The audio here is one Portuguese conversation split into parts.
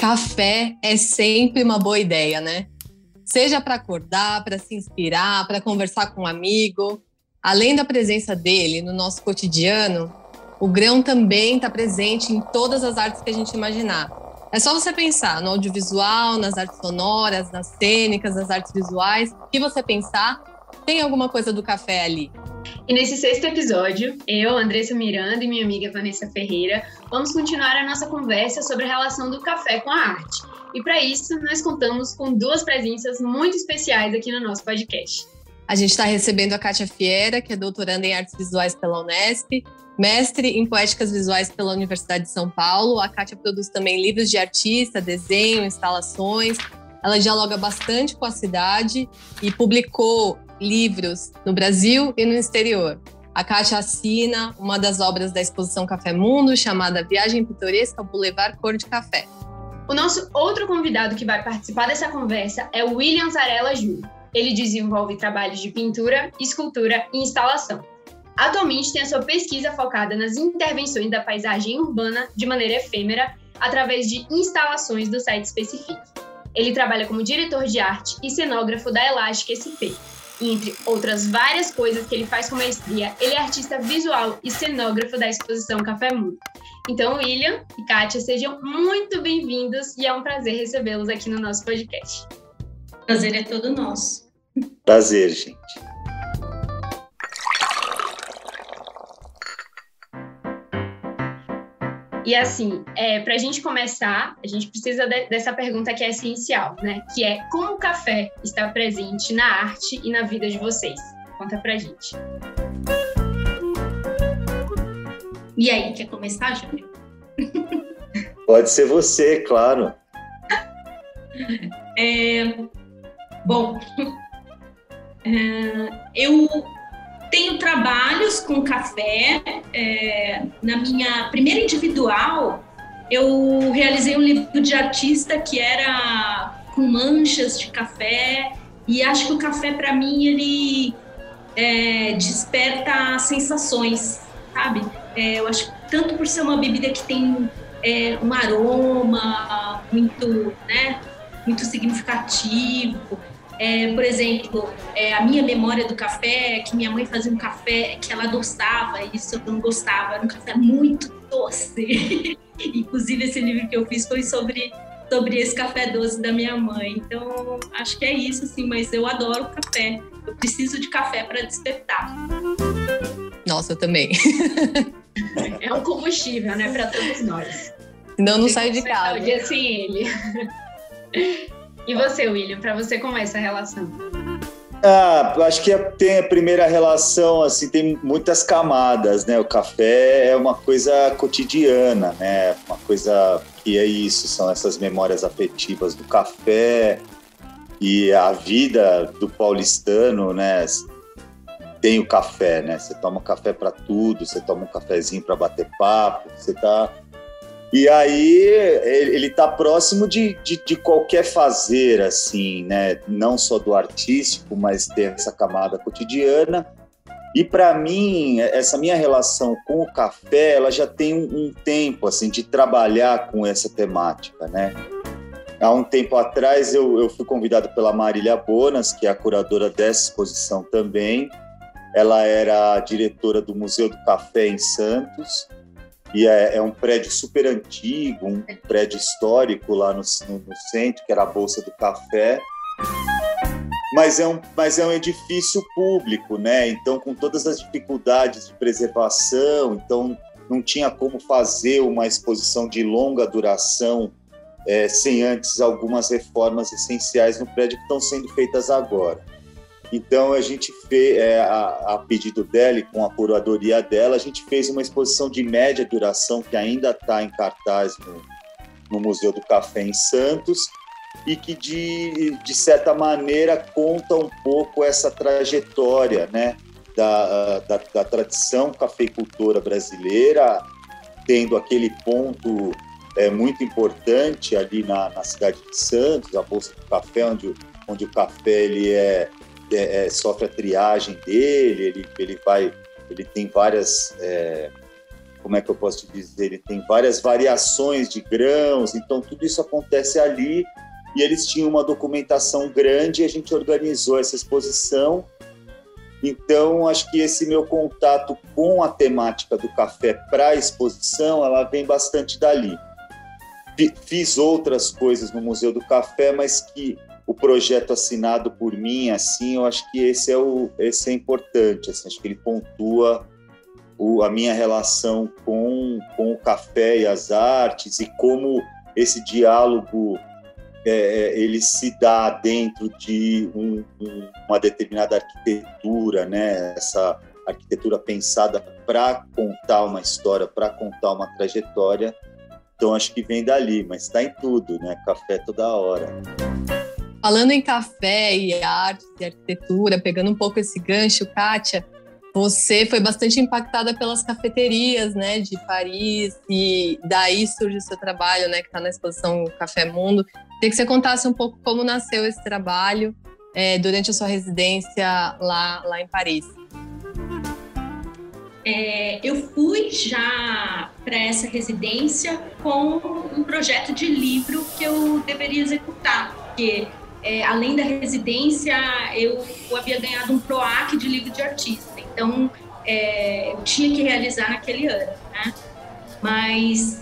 Café é sempre uma boa ideia, né? Seja para acordar, para se inspirar, para conversar com um amigo. Além da presença dele no nosso cotidiano, o grão também está presente em todas as artes que a gente imaginar. É só você pensar no audiovisual, nas artes sonoras, nas cênicas, nas artes visuais. O que você pensar, tem alguma coisa do café ali. E nesse 6º episódio, eu, Andressa Miranda e minha amiga Vanessa Ferreira, vamos continuar a nossa conversa sobre a relação do café com a arte. E para isso, nós contamos com 2 presenças muito especiais aqui no nosso podcast. A gente está recebendo a Kátia Fiera, que é doutoranda em artes visuais pela Unesp, mestre em poéticas visuais pela Universidade de São Paulo. A Kátia produz também livros de artista, desenho, instalações. Ela dialoga bastante com a cidade e publicou livros no Brasil e no exterior. A Kátia assina uma das obras da exposição Café Mundo, chamada Viagem Pitoresca ao Boulevard Cor de Café. O nosso outro convidado que vai participar dessa conversa é o William Zarella Júnior. Ele desenvolve trabalhos de pintura, escultura e instalação. Atualmente tem a sua pesquisa focada nas intervenções da paisagem urbana de maneira efêmera, através de instalações do site Specific. Ele trabalha como diretor de arte e cenógrafo da Elástica SP. E entre outras várias coisas que ele faz com maestria, ele é artista visual e cenógrafo da exposição Café Mundo. Então, William e Kátia, sejam muito bem-vindos e é um prazer recebê-los aqui no nosso podcast. O prazer é todo nosso. Prazer, gente. E assim, para a gente começar, a gente precisa dessa pergunta que é essencial, né? Que é como o café está presente na arte e na vida de vocês? Conta pra gente. E aí, quer começar, Júnior? Pode ser você, claro. Bom, eu tenho trabalhos com café. Na minha primeira individual, eu realizei um livro de artista que era com manchas de café, e acho que o café, para mim, ele desperta sensações, sabe? Eu acho que tanto por ser uma bebida que tem um aroma muito, né, muito significativo. Por exemplo, a minha memória do café é que minha mãe fazia um café que ela adoçava, e isso eu não gostava, era um café muito doce. Inclusive, esse livro que eu fiz foi sobre esse café doce da minha mãe. Então, acho que é isso, sim, mas eu adoro café. Eu preciso de café para despertar. Nossa, eu também. É um combustível, né, para todos nós. Senão não saio de casa. O dia sem ele. E você, William, para você, como é essa relação? Eu acho que tem a primeira relação, assim, tem muitas camadas, né? O café é uma coisa cotidiana, né? Uma coisa que é isso, são essas memórias afetivas do café e a vida do paulistano, né? Tem o café, né? Você toma café para tudo, você toma um cafezinho para bater papo, você tá... E aí ele está próximo de qualquer fazer, assim, né? Não só do artístico, mas tem essa camada cotidiana. E para mim, essa minha relação com o café, ela já tem um tempo, assim, de trabalhar com essa temática, né? Há um tempo atrás eu fui convidado pela Marília Bonas, que é a curadora dessa exposição também. Ela era a diretora do Museu do Café em Santos. E é um prédio super antigo, um prédio histórico lá no centro, que era a Bolsa do Café. Mas é um edifício público, né? Então, com todas as dificuldades de preservação, então não tinha como fazer uma exposição de longa duração sem antes algumas reformas essenciais no prédio que estão sendo feitas agora. Então, a gente fez, a pedido dela e com a curadoria dela, a gente fez uma exposição de média duração que ainda está em cartaz no Museu do Café em Santos e que, de certa maneira, conta um pouco essa trajetória, né, da tradição cafeicultora brasileira, tendo aquele ponto muito importante ali na cidade de Santos, a Bolsa do Café, onde o café ele sofre a triagem dele, ele tem várias como é que eu posso te dizer, ele tem várias variações de grãos, então tudo isso acontece ali, e eles tinham uma documentação grande e a gente organizou essa exposição. Então, acho que esse meu contato com a temática do café para a exposição, ela vem bastante dali. Fiz outras coisas no Museu do Café, mas que o projeto assinado por mim, assim, eu acho que esse é importante, assim, acho que ele pontua a minha relação com o café e as artes, e como esse diálogo ele se dá dentro de uma determinada arquitetura, né? Essa arquitetura pensada para contar uma história, para contar uma trajetória. Então, acho que vem dali, mas está em tudo, né? Café toda hora. Falando em café e arte e arquitetura, pegando um pouco esse gancho, Kátia, você foi bastante impactada pelas cafeterias, né, de Paris, e daí surge o seu trabalho, né, que está na exposição Café Mundo. Queria que você contasse um pouco como nasceu esse trabalho durante a sua residência lá em Paris. Eu fui já para essa residência com um projeto de livro que eu deveria executar, porque além da residência eu havia ganhado um PROAC de livro de artista, então eu tinha que realizar naquele ano, né? Mas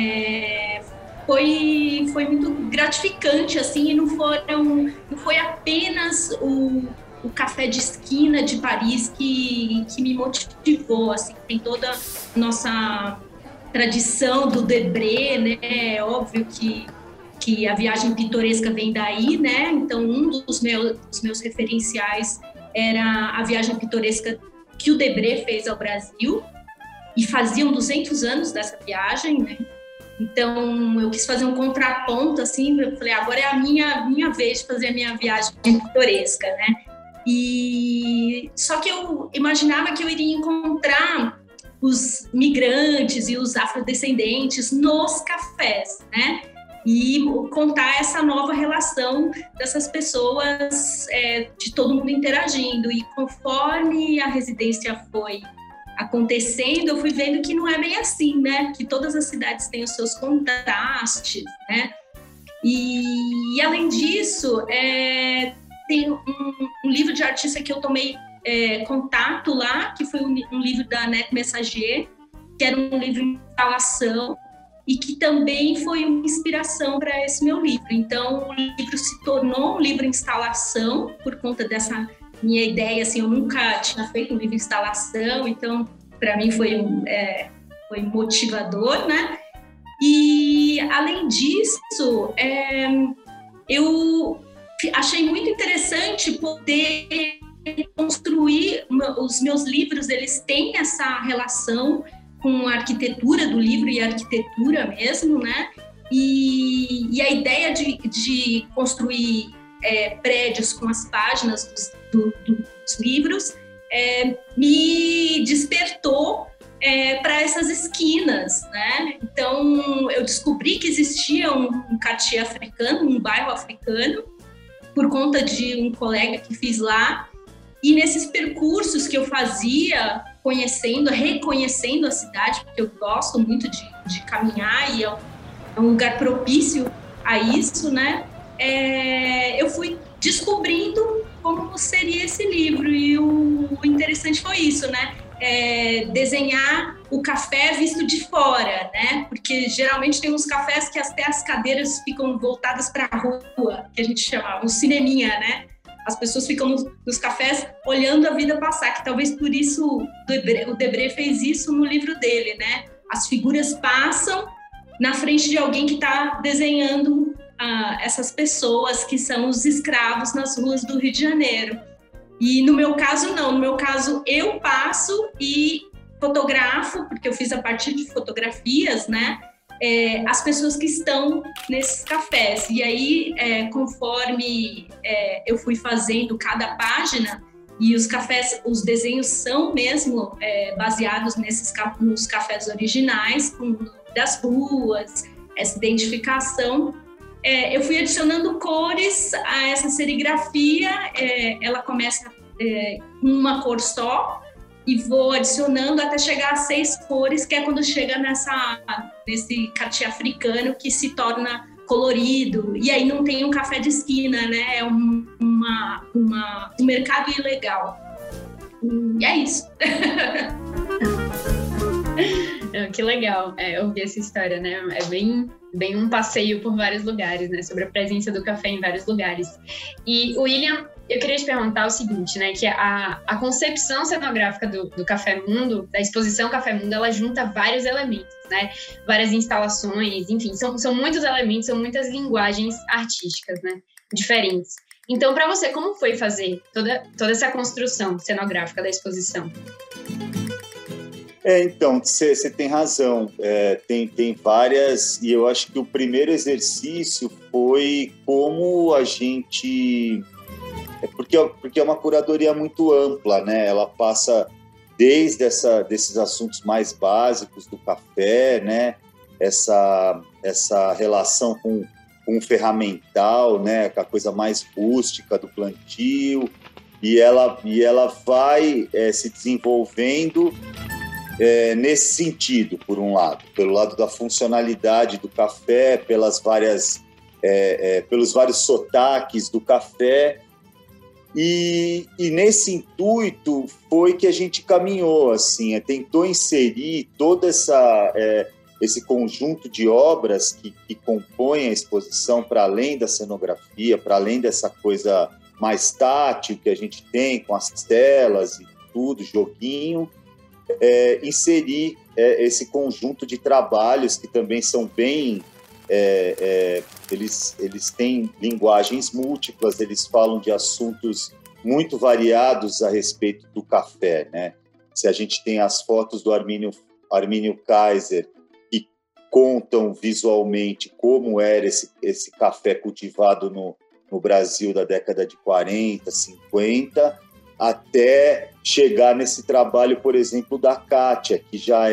foi muito gratificante, assim, e não foi apenas o café de esquina de Paris que me motivou, assim, tem toda a nossa tradição do Debré, né? É óbvio que a viagem pitoresca vem daí, né? Então, um dos meus referenciais era a viagem pitoresca que o Debré fez ao Brasil, e faziam 200 anos dessa viagem, né? Então, eu quis fazer um contraponto, assim, eu falei, agora é a minha vez de fazer a minha viagem pitoresca, né? Só que eu imaginava que eu iria encontrar os migrantes e os afrodescendentes nos cafés, né? E contar essa nova relação dessas pessoas, de todo mundo interagindo. E conforme a residência foi acontecendo, eu fui vendo que não é bem assim, né? Que todas as cidades têm os seus contrastes, né? E além disso, tem um livro de artista que eu tomei contato lá, que foi um livro da Annette Messager, que era um livro de instalação, e que também foi uma inspiração para esse meu livro. Então, o livro se tornou um livro de instalação por conta dessa minha ideia, assim, eu nunca tinha feito um livro de instalação, então, para mim foi motivador, né? E, além disso, eu achei muito interessante poder construir, os meus livros, eles têm essa relação com a arquitetura do livro e a arquitetura mesmo, né? E a ideia de construir prédios com as páginas dos livros me despertou para essas esquinas, né? Então, eu descobri que existia um quartier africano, um bairro africano, por conta de um colega que fiz lá, e nesses percursos que eu fazia, reconhecendo a cidade, porque eu gosto muito de caminhar e é um lugar propício a isso, né? Eu fui descobrindo como seria esse livro, e o interessante foi isso, né? Desenhar o café visto de fora, né? Porque geralmente tem uns cafés que até as cadeiras ficam voltadas para a rua, que a gente chama um cineminha, né? As pessoas ficam nos cafés olhando a vida passar, que talvez por isso o Debré fez isso no livro dele, né? As figuras passam na frente de alguém que está desenhando essas pessoas que são os escravos nas ruas do Rio de Janeiro. E no meu caso, não. No meu caso, eu passo e fotografo, porque eu fiz a partir de fotografias, né? As pessoas que estão nesses cafés. E aí, conforme eu fui fazendo cada página, e os cafés, os desenhos são mesmo baseados nos cafés originais, com o nome das ruas, essa identificação. Eu fui adicionando cores a essa serigrafia, ela começa com uma cor só, e vou adicionando até chegar a 6 cores, que é quando chega nesse cati africano que se torna colorido. E aí não tem um café de esquina, né? É um mercado ilegal. E é isso. Que legal ouvir essa história, né? É bem um passeio por vários lugares, né? Sobre a presença do café em vários lugares. E, William, eu queria te perguntar o seguinte, né? Que a concepção cenográfica do Café Mundo, da exposição Café Mundo, ela junta vários elementos, né? Várias instalações, enfim, são muitos elementos, são muitas linguagens artísticas, né? Diferentes. Então, para você, como foi fazer toda essa construção cenográfica da exposição? Então, você tem razão, tem várias, e eu acho que o primeiro exercício foi como a gente... Porque é uma curadoria muito ampla, né? Ela passa desde desses assuntos mais básicos do café, né? Essa relação com o ferramental, né? Com a coisa mais rústica do plantio, e ela vai se desenvolvendo nesse sentido, por um lado, pelo lado da funcionalidade do café, pelos vários sotaques do café, e nesse intuito foi que a gente caminhou, assim, tentou inserir todo esse conjunto de obras que compõem a exposição, para além da cenografia, para além dessa coisa mais tátil que a gente tem com as telas e tudo, joguinho, inserir esse conjunto de trabalhos que também são bem... eles têm linguagens múltiplas, eles falam de assuntos muito variados a respeito do café, né? Se a gente tem as fotos do Armínio Kaiser, que contam visualmente como era esse café cultivado no Brasil da década de 40, 50, até chegar nesse trabalho, por exemplo, da Kátia, que já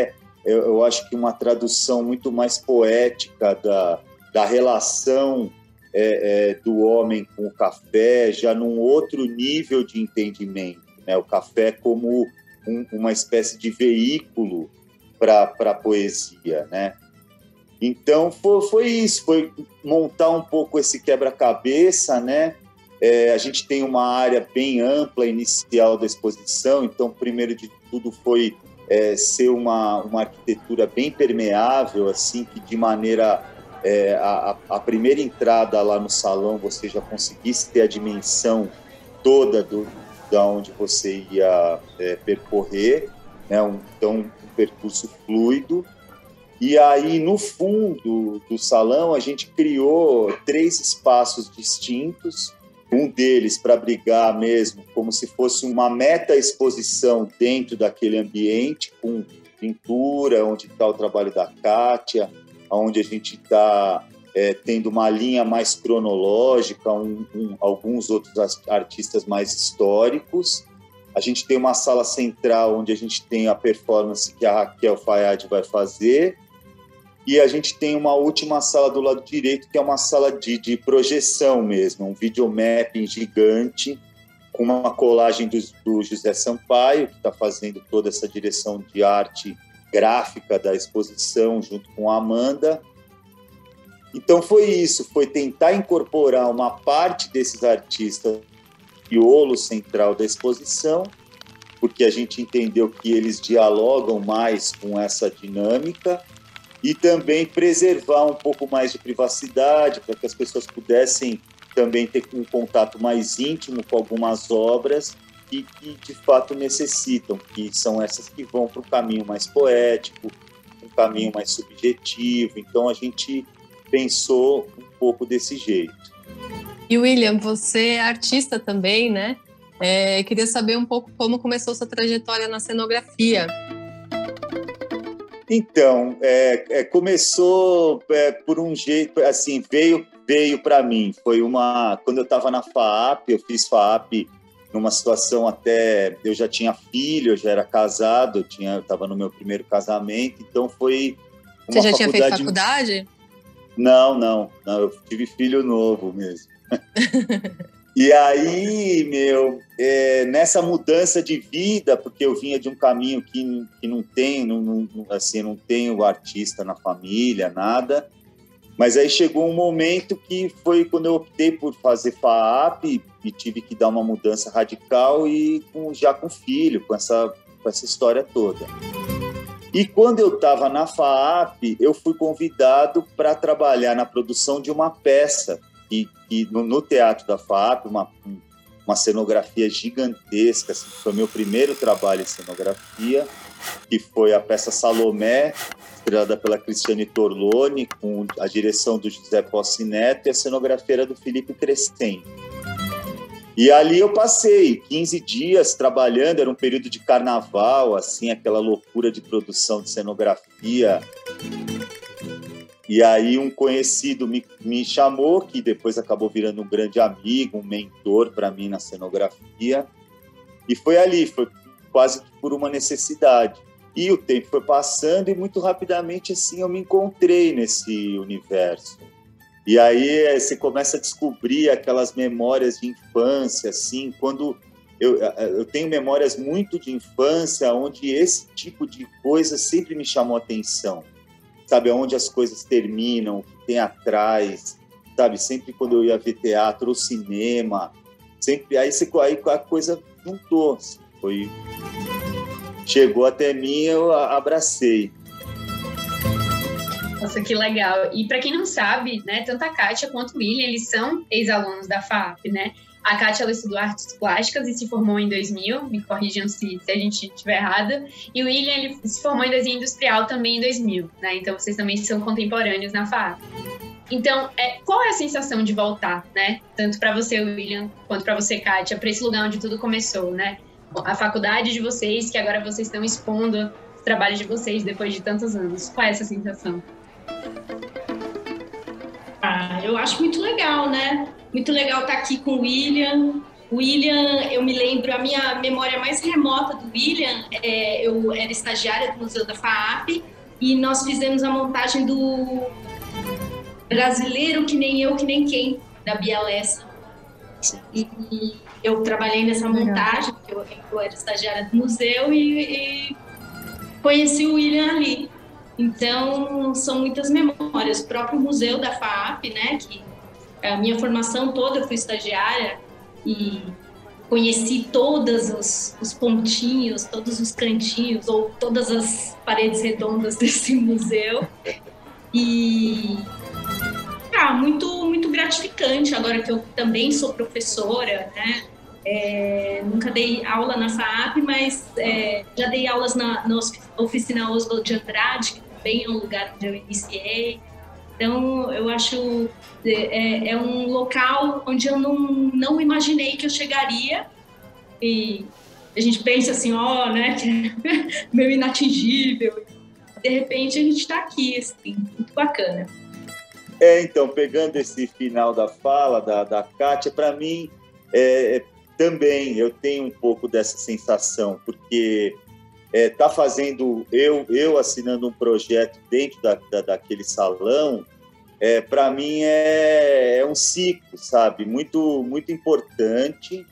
eu acho que uma tradução muito mais poética da relação do homem com o café, já num outro nível de entendimento, né? O café como uma espécie de veículo para a poesia, né? Então, foi isso, foi montar um pouco esse quebra-cabeça, né? A gente tem uma área bem ampla inicial da exposição, então, primeiro de tudo, foi ser uma arquitetura bem permeável, assim, que de maneira... a primeira entrada lá no salão, você já conseguisse ter a dimensão toda da onde você ia percorrer, né? Então, um percurso fluido. E aí, no fundo do salão, a gente criou 3 espaços distintos, um deles para abrigar mesmo como se fosse uma meta-exposição dentro daquele ambiente, com pintura, onde está o trabalho da Kátia, onde a gente está tendo uma linha mais cronológica, alguns outros artistas mais históricos. A gente tem uma sala central onde a gente tem a performance que a Raquel Fayad vai fazer, e a gente tem uma última sala do lado direito, que é uma sala de projeção mesmo, um videomapping gigante, com uma colagem do José Sampaio, que está fazendo toda essa direção de arte gráfica da exposição, junto com a Amanda. Então foi isso, foi tentar incorporar uma parte desses artistas no miolo central da exposição, porque a gente entendeu que eles dialogam mais com essa dinâmica, e também preservar um pouco mais de privacidade, para que as pessoas pudessem também ter um contato mais íntimo com algumas obras que de fato necessitam, que são essas que vão para um caminho mais poético, um caminho mais subjetivo. Então a gente pensou um pouco desse jeito. E William, você é artista também, né? Queria saber um pouco como começou sua trajetória na cenografia. Então, começou por um jeito, assim, veio para mim. Foi quando eu estava na FAAP, eu fiz FAAP numa situação até... Eu já tinha filho, eu já era casado, eu estava no meu primeiro casamento, então foi uma faculdade... Você já tinha feito faculdade? Não, eu tive filho novo mesmo. E aí, nessa mudança de vida, porque eu vinha de um caminho que não tem, assim, não tenho artista na família, nada, mas aí chegou um momento que foi quando eu optei por fazer FAAP e tive que dar uma mudança radical e já com filho, com essa história toda. E quando eu estava na FAAP, eu fui convidado para trabalhar na produção de uma peça que no teatro da FAAP, uma cenografia gigantesca, assim, foi meu primeiro trabalho em cenografia, que foi a peça Salomé, estrelada pela Cristiane Torlone, com a direção do José Possi Neto, e a cenografia era do Felipe Crescem. E ali eu passei 15 dias trabalhando, era um período de carnaval, assim, aquela loucura de produção de cenografia. E aí um conhecido me chamou, que depois acabou virando um grande amigo, um mentor para mim na cenografia. E foi ali, foi quase que por uma necessidade. E o tempo foi passando e muito rapidamente assim eu me encontrei nesse universo. E aí você começa a descobrir aquelas memórias de infância, assim, quando eu tenho memórias muito de infância onde esse tipo de coisa sempre me chamou a atenção. Sabe, onde as coisas terminam, o que tem atrás, sabe, sempre quando eu ia ver teatro ou cinema, sempre, aí a coisa juntou, assim, chegou até mim, eu abracei. Nossa, que legal. E para quem não sabe, né, tanto a Kátia quanto o William, eles são ex-alunos da FAAP, né? A Kátia, ela estudou artes plásticas e se formou em 2000, me corrijam se a gente estiver errada. E o William, ele se formou em desenho industrial também em 2000, né? Então, vocês também são contemporâneos na FAAP. Então, qual é a sensação de voltar, né? Tanto para você, William, quanto para você, Kátia, para esse lugar onde tudo começou, né? A faculdade de vocês, que agora vocês estão expondo os trabalhos de vocês depois de tantos anos. Qual é essa sensação? Eu acho muito legal, né? Muito legal estar aqui com o William. O William, eu me lembro, a minha memória mais remota do William, eu era estagiária do Museu da FAAP e nós fizemos a montagem do Brasileiro Que Nem Eu, Que Nem Quem, da Bia Lessa. E eu trabalhei nessa montagem, porque eu era estagiária do museu e conheci o William ali. Então, são muitas memórias. O próprio museu da FAAP, né, que a minha formação toda eu fui estagiária e conheci todos os pontinhos, todos os cantinhos ou todas as paredes redondas desse museu. E muito, muito gratificante, agora que eu também sou professora, né? Nunca dei aula na FAAP, mas já dei aulas na oficina Oswald de Andrade, que também é um lugar onde eu iniciei. Então, eu acho é um local onde eu não imaginei que eu chegaria. E a gente pensa assim, né, que é meio inatingível. De repente, a gente está aqui, assim, muito bacana. Então, pegando esse final da fala da Kátia, para mim, também eu tenho um pouco dessa sensação, porque tá fazendo, eu assinando um projeto dentro daquele salão, para mim é um ciclo, sabe? Muito, muito importante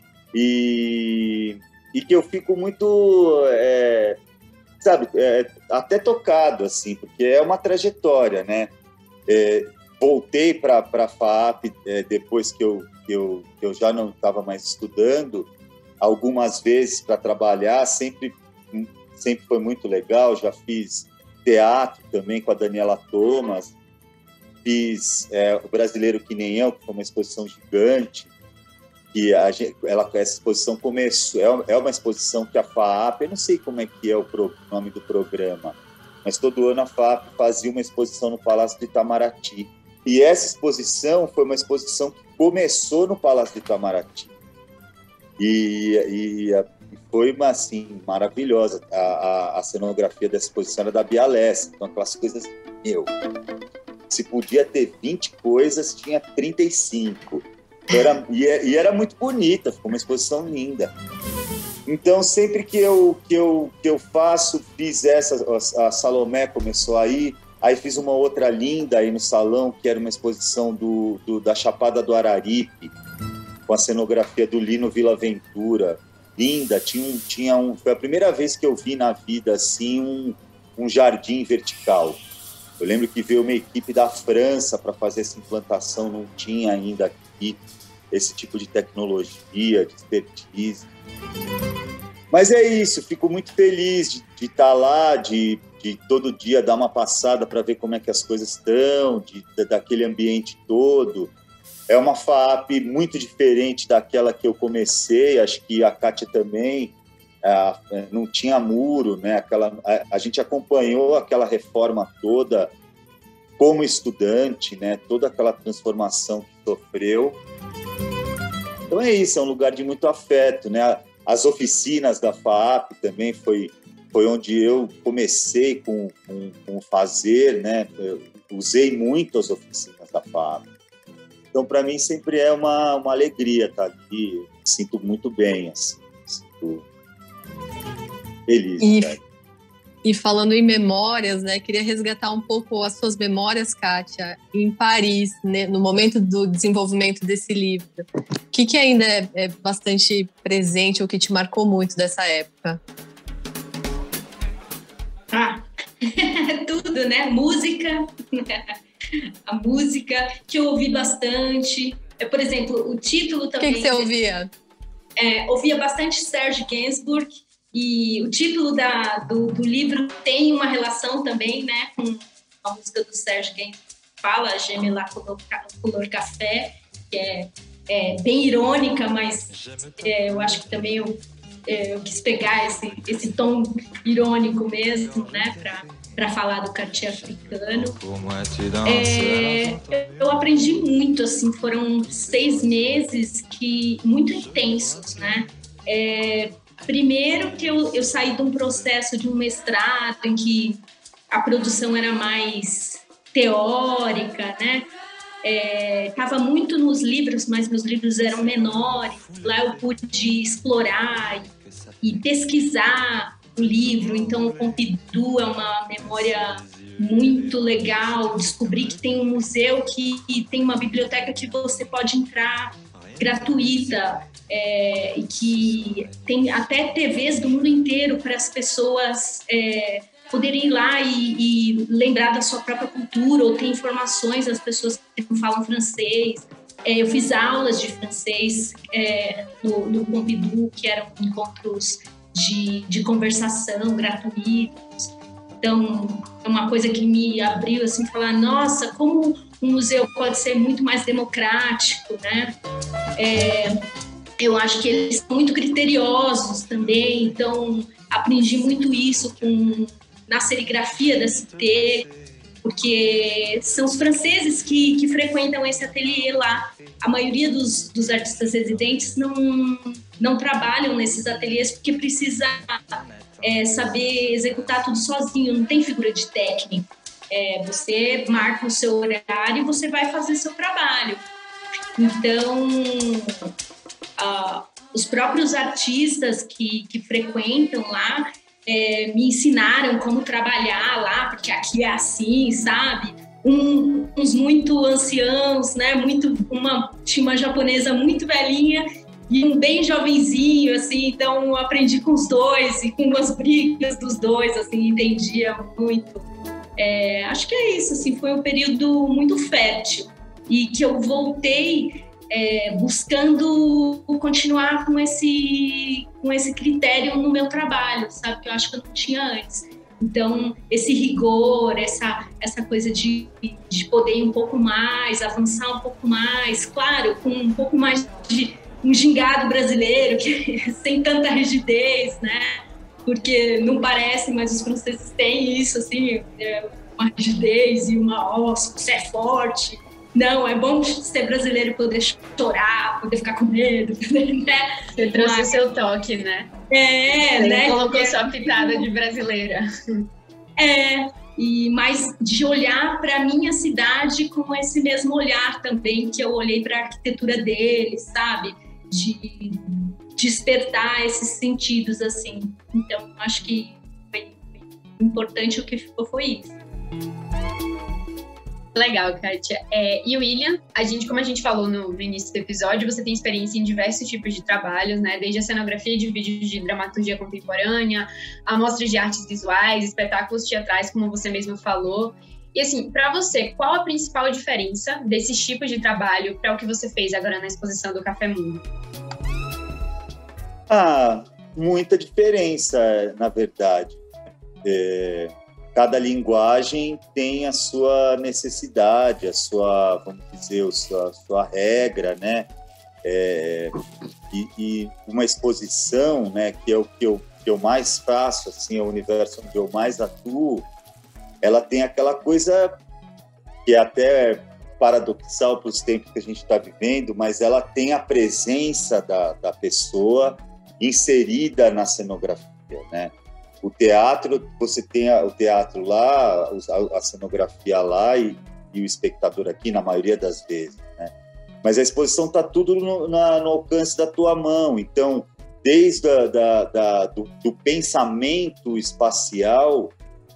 e que eu fico muito, sabe, até tocado, assim, porque é uma trajetória, né? Voltei para a FAAP depois que eu já não estava mais estudando, algumas vezes para trabalhar, sempre foi muito legal. Já fiz teatro também com a Daniela Thomas, fiz O Brasileiro Que Nem Eu, que foi uma exposição gigante, que essa exposição começou, é uma exposição que a FAAP, eu não sei como é que é o nome do programa, mas todo ano a FAAP fazia uma exposição no Palácio de Itamaraty. E essa exposição foi uma exposição que começou no Palácio de Itamaraty. E foi, assim, maravilhosa. A cenografia dessa exposição era da Bia Lessa. Então, aquelas coisas... se podia ter 20 coisas, tinha 35. E era muito bonita, ficou uma exposição linda. Então, sempre que eu fiz a Salomé começou aí fiz uma outra linda aí no salão, que era uma exposição da Chapada do Araripe, com a cenografia do Lino Villaventura, linda, foi a primeira vez que eu vi na vida assim um jardim vertical. Eu lembro que veio uma equipe da França para fazer essa implantação, não tinha ainda aqui esse tipo de tecnologia, de expertise. Mas é isso, fico muito feliz de estar lá, de todo dia dar uma passada para ver como é que as coisas estão, daquele ambiente todo. É uma FAAP muito diferente daquela que eu comecei, acho que a Kátia também, não tinha muro, né? A gente acompanhou aquela reforma toda como estudante, né? Toda aquela transformação que sofreu. Então é isso, é um lugar de muito afeto, né? As oficinas da FAAP também foi onde eu comecei com fazer, né? Eu usei muito as oficinas da FAAP. Então, para mim, sempre é uma alegria estar ali. Me sinto muito bem, assim. Me sinto feliz. E falando em memórias, né? Queria resgatar um pouco as suas memórias, Kátia, em Paris, né, no momento do desenvolvimento desse livro. O que ainda é bastante presente ou que te marcou muito dessa época? Tudo, né? Música... A música que eu ouvi bastante. Por exemplo, o título também... O que você ouvia? Ouvia bastante Serge Gainsbourg, e o título do livro tem uma relação também, né, com a música do Serge Gainsbourg, fala J'aime la couleur café, que é bem irônica, mas eu acho que também eu quis pegar esse tom irônico mesmo, né, para falar do Cartier africano. Eu aprendi muito, assim, foram 6 meses muito intensos, né? Primeiro que eu saí de um processo de um mestrado em que a produção era mais teórica, né? Estava muito nos livros, mas meus livros eram menores. Lá eu pude explorar e pesquisar o livro, então o Pompidou é uma memória muito legal. Descobri que tem um museu que tem uma biblioteca que você pode entrar gratuita, e que tem até TVs do mundo inteiro para as pessoas poderem ir lá e lembrar da sua própria cultura, ou ter informações das pessoas que não falam francês. Eu fiz aulas de francês no Pompidou, que eram encontros de conversação gratuitos. Então, é uma coisa que me abriu, assim, falar, nossa, como um museu pode ser muito mais democrático, né? Eu acho que eles são muito criteriosos também, então aprendi muito isso na serigrafia da Cité, porque são os franceses que frequentam esse ateliê lá. A maioria dos artistas residentes não trabalham nesses ateliês porque precisa saber executar tudo sozinho, não tem figura de técnico. Você marca o seu horário e você vai fazer seu trabalho. Então, os próprios artistas que frequentam lá me ensinaram como trabalhar lá, porque aqui é assim, sabe? Uns muito anciãos, né? Tinha uma japonesa muito velhinha e um bem jovenzinho, assim, então eu aprendi com os dois e com as brigas dos dois, assim, entendia muito. Acho que é isso, assim, foi um período muito fértil e que eu voltei buscando continuar com esse critério no meu trabalho, sabe? Que eu acho que eu não tinha antes. Então, esse rigor, essa coisa de poder ir um pouco mais, avançar um pouco mais, claro, com um pouco mais de um gingado brasileiro, sem tanta rigidez, né? Porque não parece, mas os franceses têm isso, assim, uma rigidez e você é forte. Não, é bom ser brasileiro, poder chorar, poder ficar com medo, né? Você trouxe o seu toque, né? Você né? Colocou sua pitada de brasileira. Mas de olhar para a minha cidade com esse mesmo olhar também que eu olhei para a arquitetura deles, sabe? De despertar esses sentidos, assim. Então, acho que foi importante, o que ficou foi isso. Legal, Kátia. E William, como a gente falou no início do episódio, você tem experiência em diversos tipos de trabalhos, né? Desde a cenografia de vídeos de dramaturgia contemporânea, amostras de artes visuais, espetáculos teatrais, como você mesmo falou. E assim, para você, qual a principal diferença desses tipos de trabalho para o que você fez agora na exposição do Café Mundo? Muita diferença, na verdade. Cada linguagem tem a sua necessidade, a sua, vamos dizer, a sua regra, né? E uma exposição, né, que é o que eu mais faço, assim, é o universo onde eu mais atuo, ela tem aquela coisa que é até paradoxal para os tempos que a gente está vivendo, mas ela tem a presença da pessoa inserida na cenografia, né? O teatro, você tem o teatro lá, a cenografia lá e o espectador aqui, na maioria das vezes, né? Mas a exposição está tudo no alcance da tua mão. Então, desde do pensamento espacial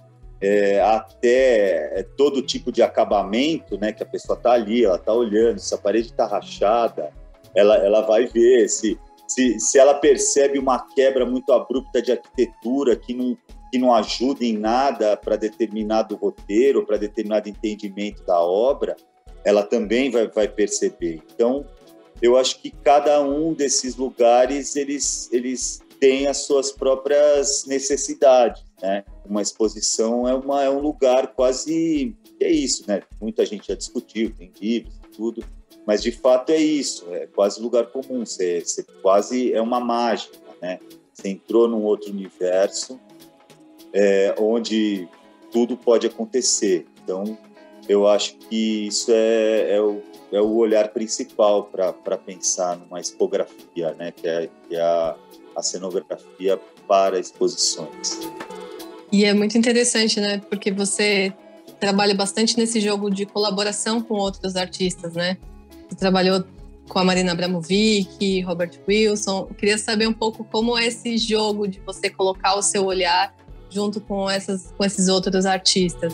até todo tipo de acabamento, né? Que a pessoa está ali, ela está olhando, se a parede está rachada, ela vai ver se ela percebe uma quebra muito abrupta de arquitetura que não ajuda em nada para determinado roteiro, para determinado entendimento da obra, ela também vai perceber. Então, eu acho que cada um desses lugares, eles têm as suas próprias necessidades, né? Uma exposição é um lugar quase... É isso, né? Muita gente já discutiu, tem livros e tudo, mas de fato é isso, é quase lugar comum, você quase é uma mágica, né? Você entrou num outro universo onde tudo pode acontecer. Então, eu acho que isso é o olhar principal para pensar numa expografia, né? Que é a cenografia para exposições. E é muito interessante, né? Porque você trabalha bastante nesse jogo de colaboração com outros artistas, né? Você trabalhou com a Marina Abramovic, Robert Wilson. Eu queria saber um pouco como é esse jogo de você colocar o seu olhar junto com esses outros artistas.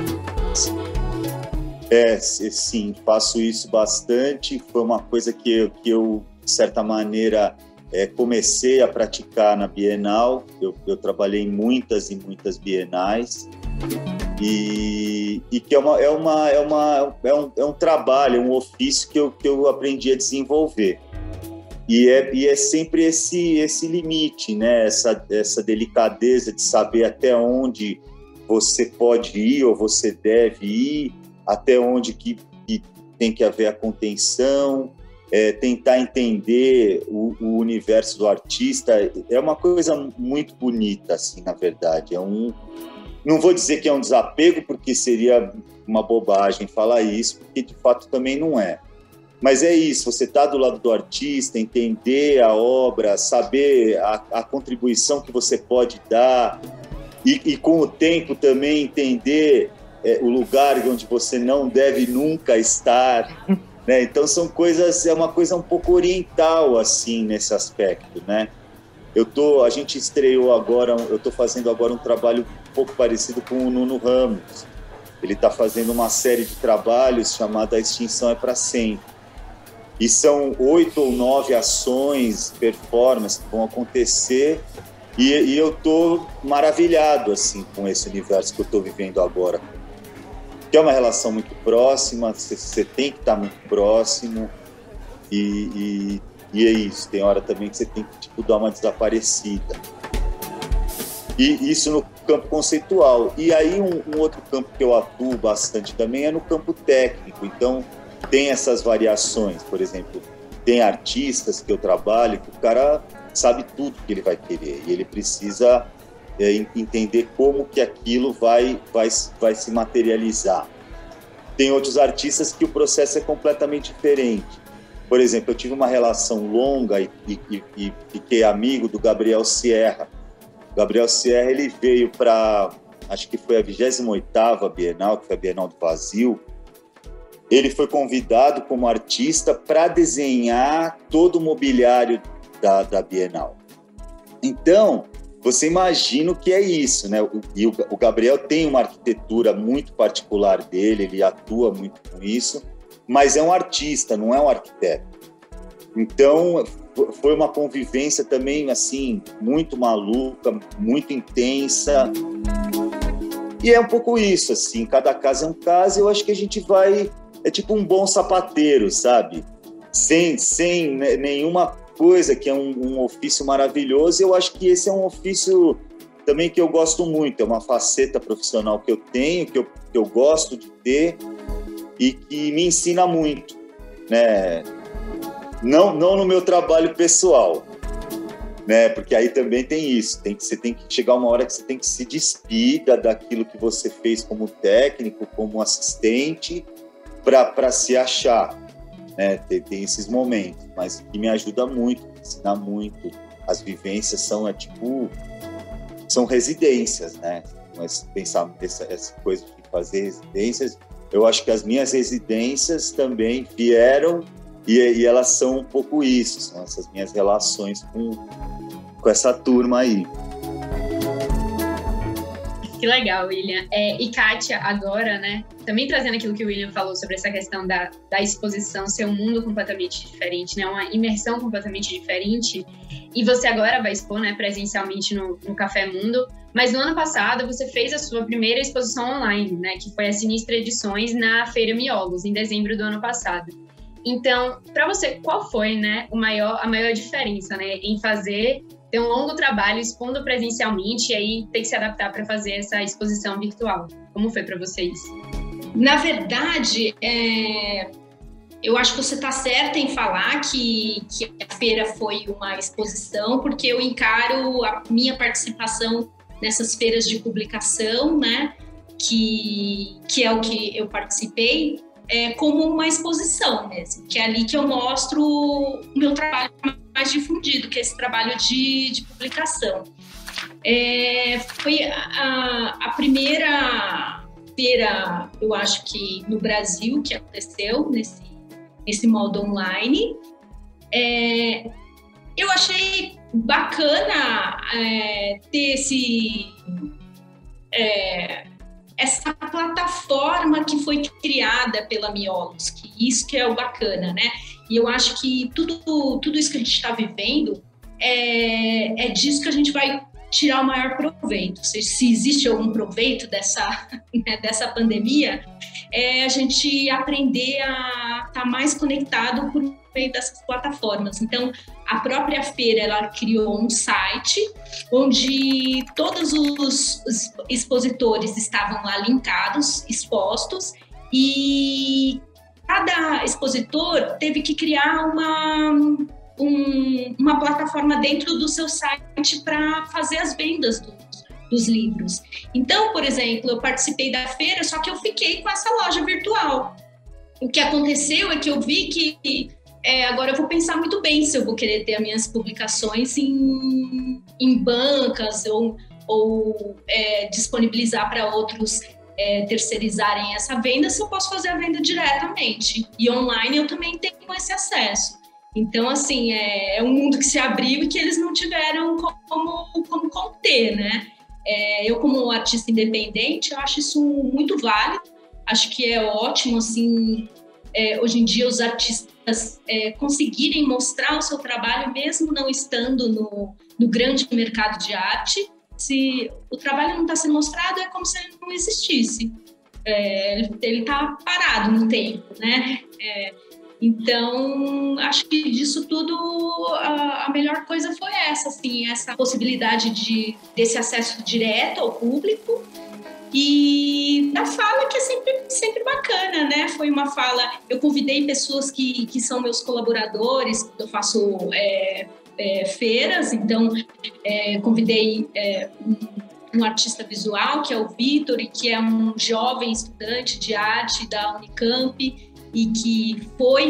Sim, faço isso bastante. Foi uma coisa que eu de certa maneira, comecei a praticar na Bienal. Eu trabalhei em muitas e muitas bienais. E que é um trabalho, um ofício que eu aprendi a desenvolver. E é sempre esse limite, né? Essa delicadeza de saber até onde você pode ir ou você deve ir, até onde que tem que haver a contenção, tentar entender o universo do artista. É uma coisa muito bonita, assim, na verdade. Não vou dizer que é um desapego, porque seria uma bobagem falar isso, porque de fato também não é. Mas é isso, você está do lado do artista, entender a obra, saber a contribuição que você pode dar e com o tempo também entender o lugar onde você não deve nunca estar, né? Então é uma coisa um pouco oriental, assim, nesse aspecto, né? A gente estreou agora, eu estou fazendo agora um trabalho um pouco parecido com o Nuno Ramos. Ele está fazendo uma série de trabalhos chamada A Extinção é para Sempre. E são 8 ou 9 ações, performances que vão acontecer e eu estou maravilhado assim, com esse universo que eu estou vivendo agora. Que é uma relação muito próxima, você tem que estar muito próximo e é isso, tem hora também que você tem que dar uma desaparecida. E isso no campo conceitual. E aí um outro campo que eu atuo bastante também é no campo técnico. Então tem essas variações, por exemplo, tem artistas que eu trabalho que o cara sabe tudo que ele vai querer e ele precisa entender como que aquilo vai se materializar. Tem outros artistas que o processo é completamente diferente. Por exemplo, eu tive uma relação longa e fiquei amigo do Gabriel Sierra. O Gabriel Sierra, ele veio para, acho que foi a 28ª Bienal, que foi a Bienal do Vazio. Ele foi convidado como artista para desenhar todo o mobiliário da Bienal. Então, você imagina o que é isso, né? E o Gabriel tem uma arquitetura muito particular dele, ele atua muito com isso, mas é um artista, não é um arquiteto. Então, foi uma convivência também, assim, muito maluca, muito intensa. E é um pouco isso, assim, cada caso é um caso, eu acho que a gente vai... É tipo um bom sapateiro, sabe? Sem nenhuma coisa, que é um ofício maravilhoso. Eu acho que esse é um ofício também que eu gosto muito, é uma faceta profissional que eu tenho, que eu gosto de ter e que me ensina muito, né? Não no meu trabalho pessoal, né? Porque aí também tem isso, você tem que chegar uma hora que você tem que se despir daquilo que você fez como técnico, como assistente, para se achar, né? Tem esses momentos, mas que me ajuda muito, me ensina muito. As vivências são residências, né? Mas pensar essa coisa de fazer residências, eu acho que as minhas residências também vieram e elas são um pouco isso, são essas minhas relações com essa turma aí. Que legal, William. E Kátia, agora, né, também trazendo aquilo que o William falou sobre essa questão da exposição ser um mundo completamente diferente, né, uma imersão completamente diferente, e você agora vai expor, né, presencialmente no Café Mundo, mas no ano passado você fez a sua primeira exposição online, né, que foi a Sinistra Edições na Feira Miolos, em dezembro do ano passado. Então, para você, qual foi, né, a maior diferença, né, em ter um longo trabalho expondo presencialmente e aí ter que se adaptar para fazer essa exposição virtual? Como foi para vocês? Na verdade, eu acho que você está certa em falar que a feira foi uma exposição, porque eu encaro a minha participação nessas feiras de publicação, né, que é o que eu participei, como uma exposição mesmo, que é ali que eu mostro o meu trabalho mais difundido, que é esse trabalho de publicação. Foi a primeira feira, eu acho que no Brasil, que aconteceu nesse modo online. Eu achei bacana ter essa plataforma que foi criada pela Miolos, que isso que é o bacana, né? E eu acho que tudo isso que a gente está vivendo é disso que a gente vai tirar o maior proveito. Se existe algum proveito dessa pandemia, a gente aprender a estar mais conectado por meio dessas plataformas. Então, a própria feira, ela criou um site onde todos os expositores estavam lá linkados, expostos, e cada expositor teve que criar uma plataforma dentro do seu site para fazer as vendas dos livros. Então, por exemplo, eu participei da feira, só que eu fiquei com essa loja virtual. O que aconteceu é que eu vi que agora eu vou pensar muito bem se eu vou querer ter as minhas publicações em bancas ou disponibilizar para outros terceirizarem essa venda, se eu posso fazer a venda diretamente. E online eu também tenho esse acesso. Então, assim, é um mundo que se abriu e que eles não tiveram como conter, né? Eu, como artista independente, eu acho isso muito válido. Acho que é ótimo, assim, hoje em dia os artistas conseguirem mostrar o seu trabalho, mesmo não estando no grande mercado de arte. Se o trabalho não está sendo mostrado, é como se ele não existisse. Ele está parado no tempo, né? Então, acho que disso tudo a melhor coisa foi essa possibilidade desse acesso direto ao público e da fala, que é sempre bacana, né? Foi uma fala... Eu convidei pessoas que são meus colaboradores, eu faço feiras, então convidei um artista visual, que é o Vitor, e que é um jovem estudante de arte da Unicamp, e que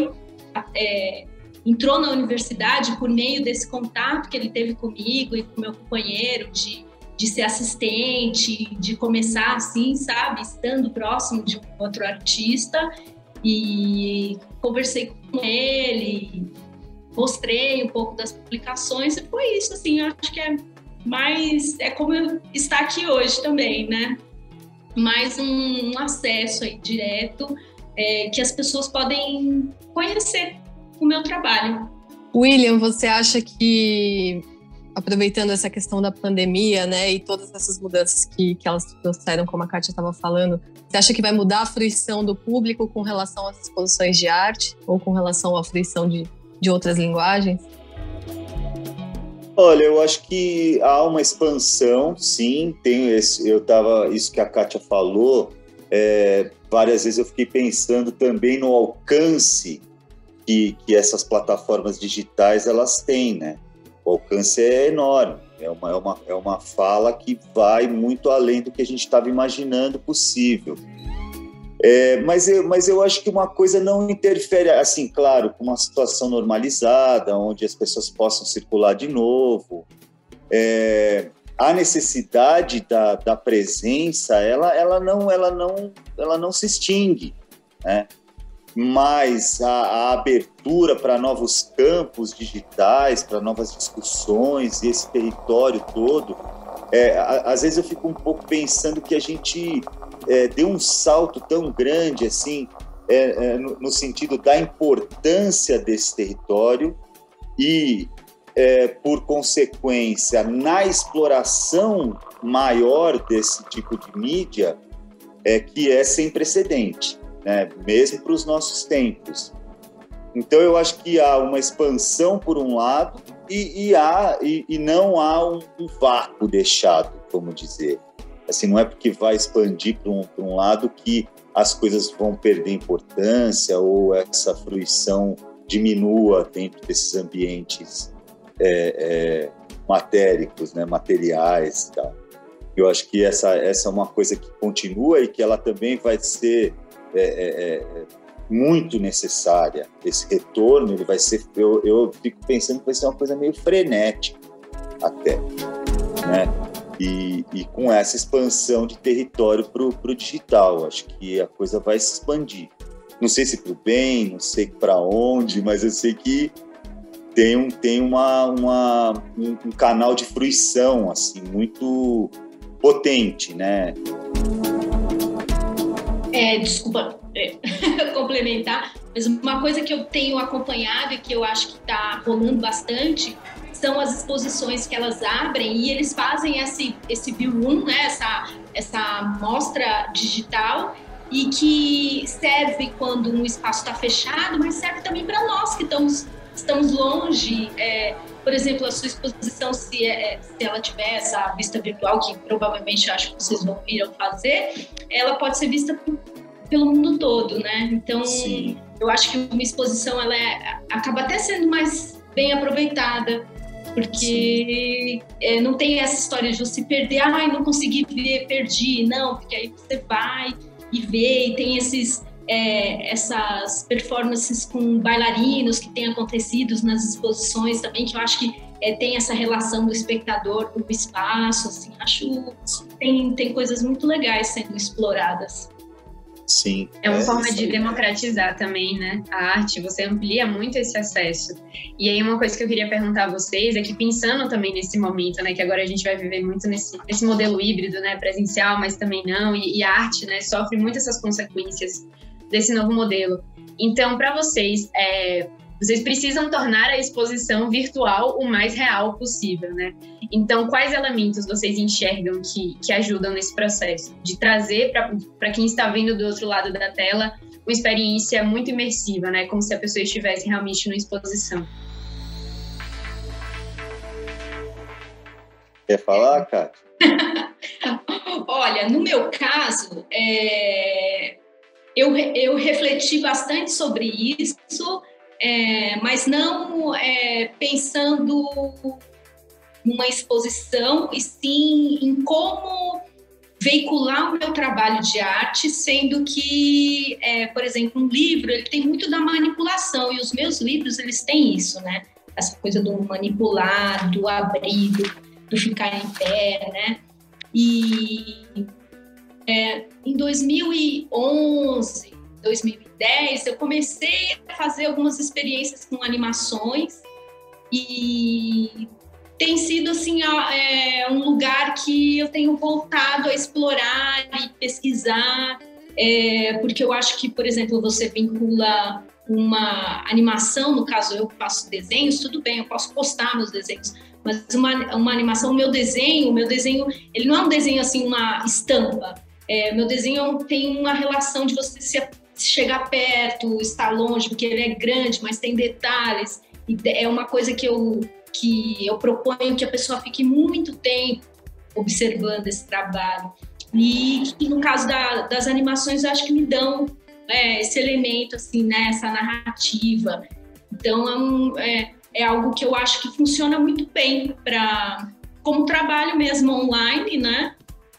entrou na universidade por meio desse contato que ele teve comigo e com meu companheiro de ser assistente, de começar assim, sabe, estando próximo de um outro artista, e conversei com ele, mostrei um pouco das publicações, e foi isso, assim, eu acho que mas é como está aqui hoje também, né? Mais um acesso aí direto que as pessoas podem conhecer o meu trabalho. William, você acha que, aproveitando essa questão da pandemia, né, e todas essas mudanças que elas trouxeram, como a Kátia estava falando, você acha que vai mudar a fruição do público com relação às exposições de arte ou com relação à fruição de outras linguagens? Olha, eu acho que há uma expansão, sim. Isso que a Kátia falou, várias vezes eu fiquei pensando também no alcance que essas plataformas digitais elas têm, né? O alcance é enorme, é uma fala que vai muito além do que a gente estava imaginando possível. Mas eu acho que uma coisa não interfere, assim, claro, com uma situação normalizada, onde as pessoas possam circular de novo. A necessidade da presença, ela não se extingue, né? Mas a abertura para novos campos digitais, para novas discussões, e esse território todo, às vezes eu fico um pouco pensando que a gente deu um salto tão grande assim, no sentido da importância desse território e, por consequência, na exploração maior desse tipo de mídia, que é sem precedente, né? Mesmo para os nossos tempos. Então, eu acho que há uma expansão por um lado e não há um vácuo deixado, como dizer. Assim, não é porque vai expandir para um lado que as coisas vão perder importância ou essa fruição diminua dentro desses ambientes matéricos, né, materiais e tal. Eu acho que essa é uma coisa que continua e que ela também vai ser muito necessária. Esse retorno, ele vai ser, eu fico pensando que vai ser uma coisa meio frenética até, né? E com essa expansão de território para o digital, acho que a coisa vai se expandir. Não sei se para o bem, não sei para onde, mas eu sei que tem um canal de fruição assim, muito potente, né? Desculpa complementar, mas uma coisa que eu tenho acompanhado e que eu acho que está rolando bastante são as exposições que elas abrem e eles fazem esse view room, né? essa mostra digital, e que serve quando um espaço está fechado, mas serve também para nós que estamos longe. Por exemplo, a sua exposição, se ela tiver essa vista virtual, que provavelmente eu acho que vocês irão fazer, ela pode ser vista pelo mundo todo, né? Então, sim, eu acho que uma exposição ela acaba até sendo mais bem aproveitada, porque não tem essa história de você perder, não consegui ver, perdi, não, porque aí você vai e vê, e tem essas performances com bailarinos que têm acontecido nas exposições também, que eu acho que tem essa relação do espectador com o espaço, assim, acho que tem coisas muito legais sendo exploradas. Sim. É uma forma de democratizar também, né? A arte, você amplia muito esse acesso. E aí uma coisa que eu queria perguntar a vocês é que, pensando também nesse momento, né, que agora a gente vai viver muito nesse modelo híbrido, né, presencial, mas também não, e a arte, né, sofre muito essas consequências desse novo modelo. Então, para vocês, vocês precisam tornar a exposição virtual o mais real possível, né? Então, quais elementos vocês enxergam que ajudam nesse processo de trazer para quem está vendo do outro lado da tela uma experiência muito imersiva, né? Como se a pessoa estivesse realmente numa exposição. Quer falar, Kátia? Olha, no meu caso, eu refleti bastante sobre isso, mas não pensando numa exposição, e sim em como veicular o meu trabalho de arte, sendo que, por exemplo, um livro, ele tem muito da manipulação, e os meus livros, eles têm isso, né? Essa coisa do manipular, do abrir, do ficar em pé, né? E em 2011, 2010, eu comecei a fazer algumas experiências com animações e tem sido assim, um lugar que eu tenho voltado a explorar e pesquisar, porque eu acho que, por exemplo, você vincula uma animação, no caso eu faço desenhos, tudo bem, eu posso postar meus desenhos, mas uma animação, o meu desenho, ele não é um desenho assim, uma estampa. Meu desenho tem uma relação de você chegar perto, estar longe, porque ele é grande, mas tem detalhes. E é uma coisa que eu proponho que a pessoa fique muito tempo observando esse trabalho. E no caso das animações, eu acho que me dão esse elemento, assim, né, essa narrativa. Então, é algo que eu acho que funciona muito bem como trabalho mesmo online, né?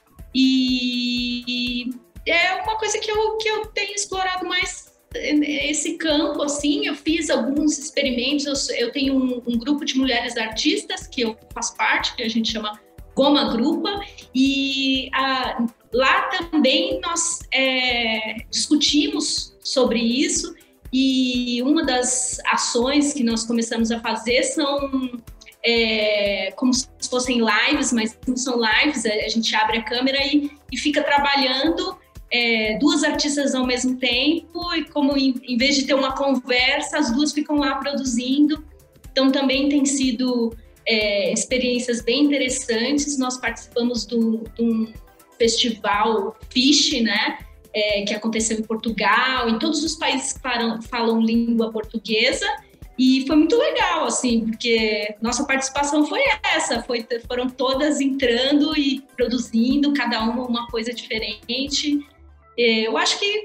E é uma coisa que eu tenho explorado mais esse campo, assim. Eu fiz alguns experimentos. Eu tenho um grupo de mulheres artistas que eu faço parte, que a gente chama Goma Grupa, e lá também nós discutimos sobre isso, e uma das ações que nós começamos a fazer são como se fossem lives, mas não são lives, a gente abre a câmera e fica trabalhando duas artistas ao mesmo tempo, e como em vez de ter uma conversa, as duas ficam lá produzindo. Então também tem sido experiências bem interessantes. Nós participamos de um festival Fish, né, que aconteceu em Portugal, em todos os países que falam língua portuguesa, e foi muito legal, assim, porque nossa participação foi essa, foram todas entrando e produzindo, cada uma coisa diferente. Eu acho que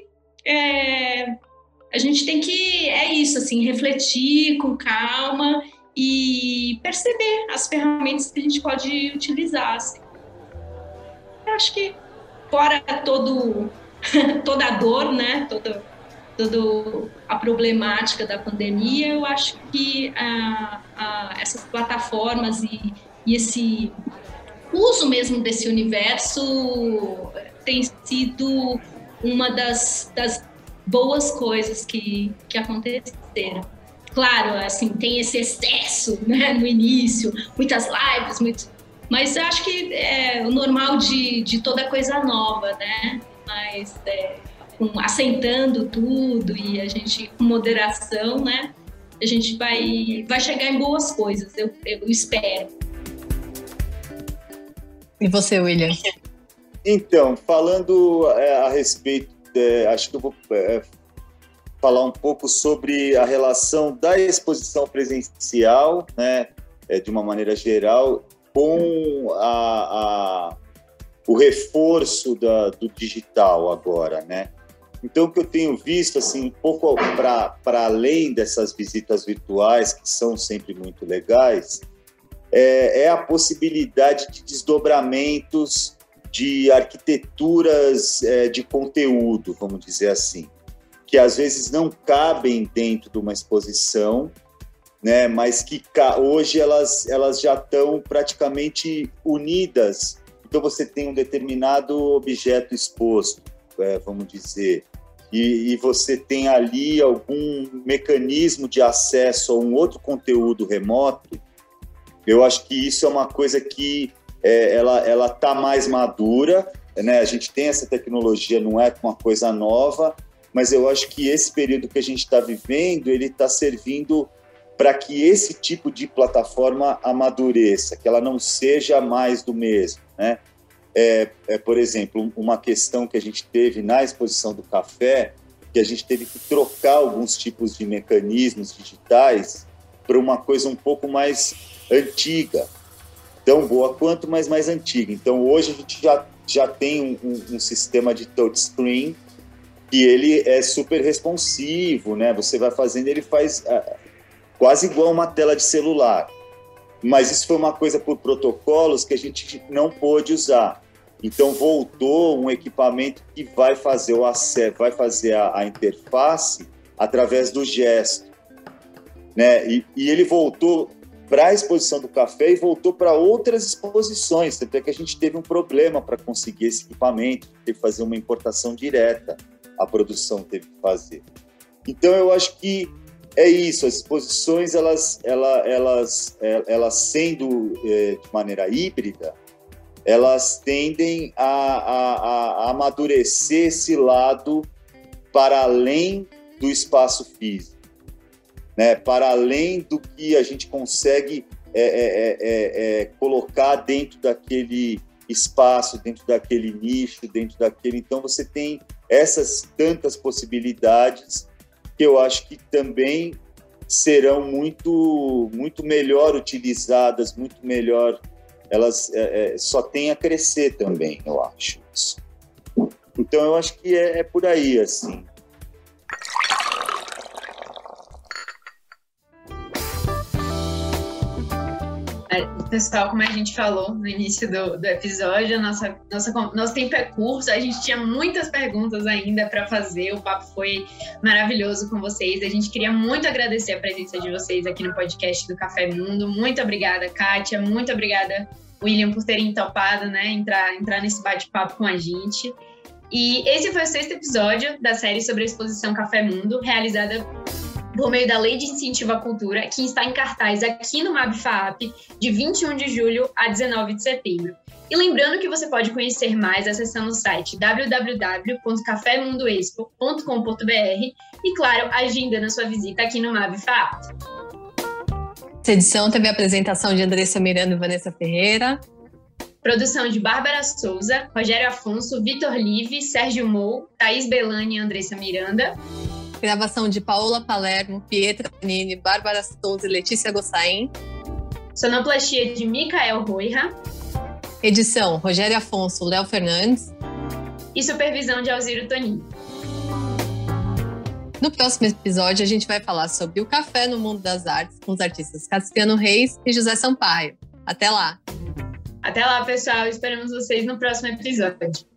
a gente tem que, isso, assim, refletir com calma e perceber as ferramentas que a gente pode utilizar, assim. Eu acho que fora toda a dor, né, toda a problemática da pandemia, eu acho que essas plataformas e esse uso mesmo desse universo tem sido uma das boas coisas que aconteceram. Claro, assim, tem esse excesso, né, no início, muitas lives, mas eu acho que é o normal de toda coisa nova, né? Mas assentando tudo e a gente com moderação, né? A gente vai chegar em boas coisas, eu espero. E você, William? Então, falando a respeito, acho que eu vou falar um pouco sobre a relação da exposição presencial, né, de uma maneira geral, com o reforço do digital agora, né? Então, o que eu tenho visto, assim, um pouco para além dessas visitas virtuais, que são sempre muito legais, é a possibilidade de desdobramentos de arquiteturas de conteúdo, vamos dizer assim, que às vezes não cabem dentro de uma exposição, né, mas que hoje elas já estão praticamente unidas. Então você tem um determinado objeto exposto, vamos dizer, e você tem ali algum mecanismo de acesso a um outro conteúdo remoto. Eu acho que isso é uma coisa que ela está mais madura, né? A gente tem essa tecnologia, não é uma coisa nova, mas eu acho que esse período que a gente está vivendo, ele está servindo para que esse tipo de plataforma amadureça, que ela não seja mais do mesmo, né? Por exemplo, uma questão que a gente teve na exposição do café, que a gente teve que trocar alguns tipos de mecanismos digitais para uma coisa um pouco mais antiga, tão boa quanto, mas mais antiga. Então, hoje a gente já tem um sistema de touchscreen que ele é super responsivo, né? Você vai fazendo, ele faz quase igual uma tela de celular. Mas isso foi uma coisa por protocolos que a gente não pôde usar. Então, voltou um equipamento que vai fazer o acesso, vai fazer a interface através do gesto, né? E ele voltou para a exposição do café e voltou para outras exposições, até que a gente teve um problema para conseguir esse equipamento, teve que fazer uma importação direta, a produção teve que fazer. Então, eu acho que é isso, as exposições, elas sendo de maneira híbrida, elas tendem a amadurecer esse lado para além do espaço físico, né? Para além do que a gente consegue colocar dentro daquele espaço, dentro daquele nicho, dentro daquele... Então, você tem essas tantas possibilidades que eu acho que também serão muito, muito melhor utilizadas, muito melhor... Elas só têm a crescer também, eu acho isso. Então, eu acho que é por aí, assim. Pessoal, como a gente falou no início do episódio, nosso tempo é curto, a gente tinha muitas perguntas ainda para fazer, o papo foi maravilhoso com vocês, a gente queria muito agradecer a presença de vocês aqui no podcast do Café Mundo. Muito obrigada, Kátia, muito obrigada, William, por terem topado, né, entrar nesse bate-papo com a gente. E esse foi o 6º episódio da série sobre a exposição Café Mundo, realizada por meio da Lei de Incentivo à Cultura, que está em cartaz aqui no MAB-FAAP, de 21 de julho a 19 de setembro. E lembrando que você pode conhecer mais acessando o site www.cafemundoexpo.com.br e, claro, agendando a sua visita aqui no MAB-FAAP. Essa edição teve a apresentação de Andressa Miranda e Vanessa Ferreira. Produção de Bárbara Souza, Rogério Afonso, Vitor Live, Sérgio Mou, Thaís Belani e Andressa Miranda. Gravação de Paola Palermo, Pietra Panini, Bárbara Souza e Letícia Gossain. Sonoplastia de Micael Roira. Edição Rogério Afonso, Léo Fernandes. E supervisão de Alziro Toninho. No próximo episódio, a gente vai falar sobre o café no mundo das artes com os artistas Cassiano Reis e José Sampaio. Até lá! Até lá, pessoal. Esperamos vocês no próximo episódio.